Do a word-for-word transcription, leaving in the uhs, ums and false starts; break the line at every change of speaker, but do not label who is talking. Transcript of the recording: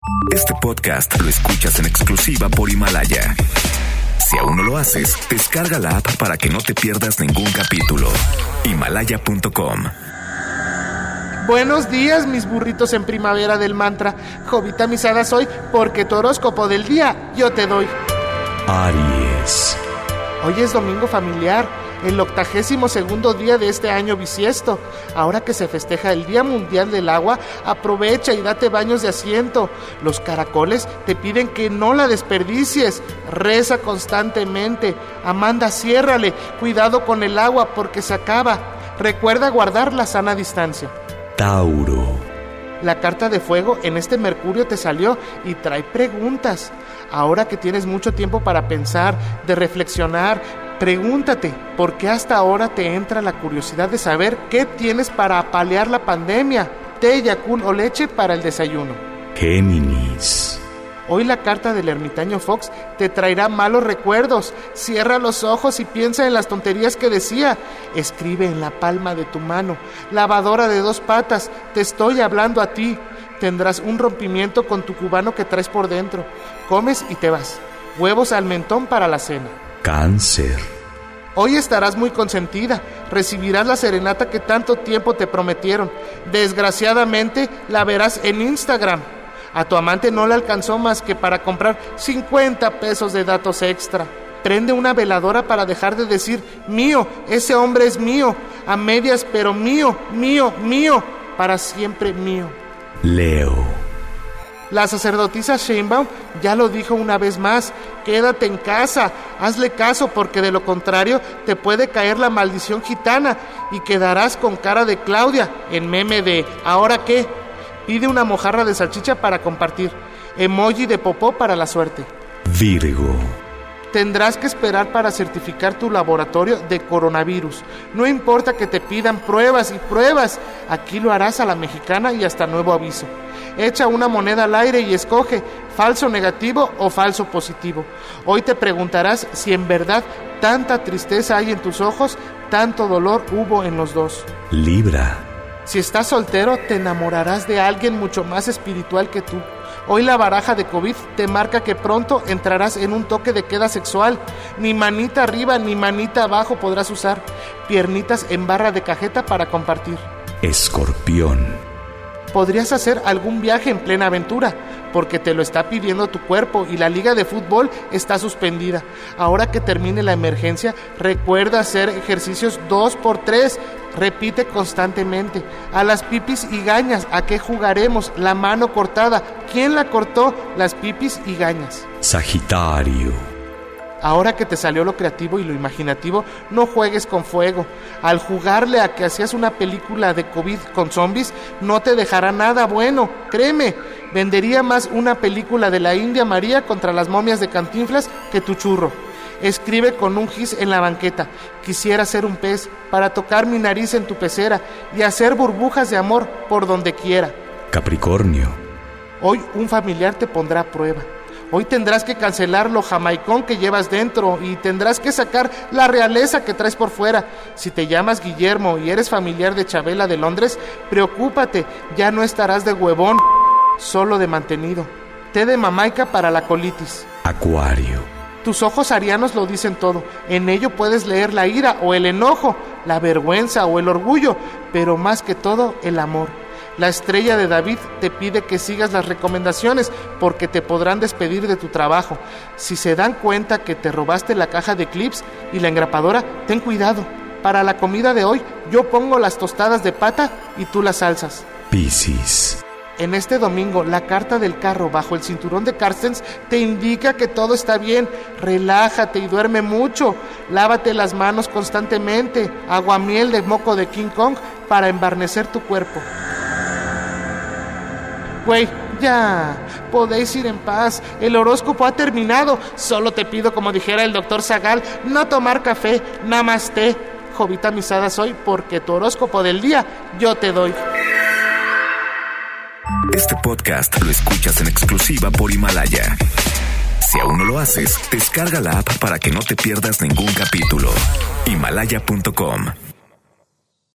Este podcast lo escuchas en exclusiva por Himalaya. Si aún no lo haces, descarga la app para que no te pierdas ningún capítulo. Himalaya punto com.
Buenos días, mis burritos en primavera del mantra. Jovita Misada soy, porque tu horóscopo del día yo te doy.
Aries.
Hoy es domingo familiar, el octagésimo segundo día de este año bisiesto. Ahora que se festeja el Día Mundial del Agua, aprovecha y date baños de asiento. Los caracoles te piden que no la desperdicies. Reza constantemente. Amanda, ciérrale. Cuidado con el agua porque se acaba. Recuerda guardar la sana distancia.
Tauro.
La carta de fuego en este Mercurio te salió y trae preguntas. Ahora que tienes mucho tiempo para pensar, de reflexionar, pregúntate, ¿por qué hasta ahora te entra la curiosidad de saber qué tienes para apalear la pandemia? Té, Yakult o leche para el desayuno.
Géminis.
Hoy la carta del ermitaño Fox te traerá malos recuerdos. Cierra los ojos y piensa en las tonterías que decía. Escribe en la palma de tu mano. Lavadora de dos patas, te estoy hablando a ti. Tendrás un rompimiento con tu cubano que traes por dentro. Comes y te vas. Huevos al mentón para la cena.
Cáncer.
Hoy estarás muy consentida. Recibirás la serenata que tanto tiempo te prometieron. Desgraciadamente la verás en Instagram. A tu amante no le alcanzó más que para comprar cincuenta pesos de datos extra. Prende una veladora para dejar de decir mío, ese hombre es mío, a medias, pero mío, mío, mío, para siempre mío.
Leo.
La sacerdotisa Sheinbaum ya lo dijo una vez más, quédate en casa, hazle caso porque de lo contrario te puede caer la maldición gitana y quedarás con cara de Claudia en meme de ¿ahora qué? Pide una mojarra de salchicha para compartir. Emoji de popó para la suerte.
Virgo.
Tendrás que esperar para certificar tu laboratorio de coronavirus. No importa que te pidan pruebas y pruebas. Aquí lo harás a la mexicana y hasta nuevo aviso. Echa una moneda al aire y escoge falso negativo o falso positivo. Hoy te preguntarás si en verdad tanta tristeza hay en tus ojos, tanto dolor hubo en los dos.
Libra.
Si estás soltero, te enamorarás de alguien mucho más espiritual que tú. Hoy la baraja de COVID te marca que pronto entrarás en un toque de queda sexual. Ni manita arriba ni manita abajo podrás usar. Piernitas en barra de cajeta para compartir.
Escorpión.
Podrías hacer algún viaje en plena aventura, porque te lo está pidiendo tu cuerpo y la liga de fútbol está suspendida. Ahora que termine la emergencia, recuerda hacer ejercicios dos por tres. Repite constantemente. A las pipis y gañas, ¿a qué jugaremos? La mano cortada. ¿Quién la cortó? Las pipis y gañas.
Sagitario.
Ahora que te salió lo creativo y lo imaginativo, no juegues con fuego. Al jugarle a que hacías una película de COVID con zombies, no te dejará nada bueno. Créeme, vendería más una película de la India María contra las momias de Cantinflas que tu churro. Escribe con un gis en la banqueta. Quisiera ser un pez para tocar mi nariz en tu pecera y hacer burbujas de amor por donde quiera.
Capricornio.
Hoy un familiar te pondrá a prueba. Hoy tendrás que cancelar lo jamaicón que llevas dentro y tendrás que sacar la realeza que traes por fuera. Si te llamas Guillermo y eres familiar de Chabela de Londres, preocúpate, ya no estarás de huevón, solo de mantenido. Té de mamaica para la colitis.
Acuario.
Tus ojos arianos lo dicen todo. En ello puedes leer la ira o el enojo, la vergüenza o el orgullo, pero más que todo el amor. La estrella de David te pide que sigas las recomendaciones porque te podrán despedir de tu trabajo. Si se dan cuenta que te robaste la caja de clips y la engrapadora, ten cuidado. Para la comida de hoy, yo pongo las tostadas de pata y tú las salsas.
Piscis.
En este domingo, la carta del carro bajo el cinturón de Carstens te indica que todo está bien. Relájate y duerme mucho. Lávate las manos constantemente. Aguamiel de moco de King Kong para embarnecer tu cuerpo. Güey, ya, podéis ir en paz, el horóscopo ha terminado. Solo te pido, como dijera el doctor Zagal, no tomar café, namaste. Jovita Misada soy, porque tu horóscopo del día yo te doy.
Este podcast lo escuchas en exclusiva por Himalaya. Si aún no lo haces, descarga la app para que no te pierdas ningún capítulo. Himalaya punto com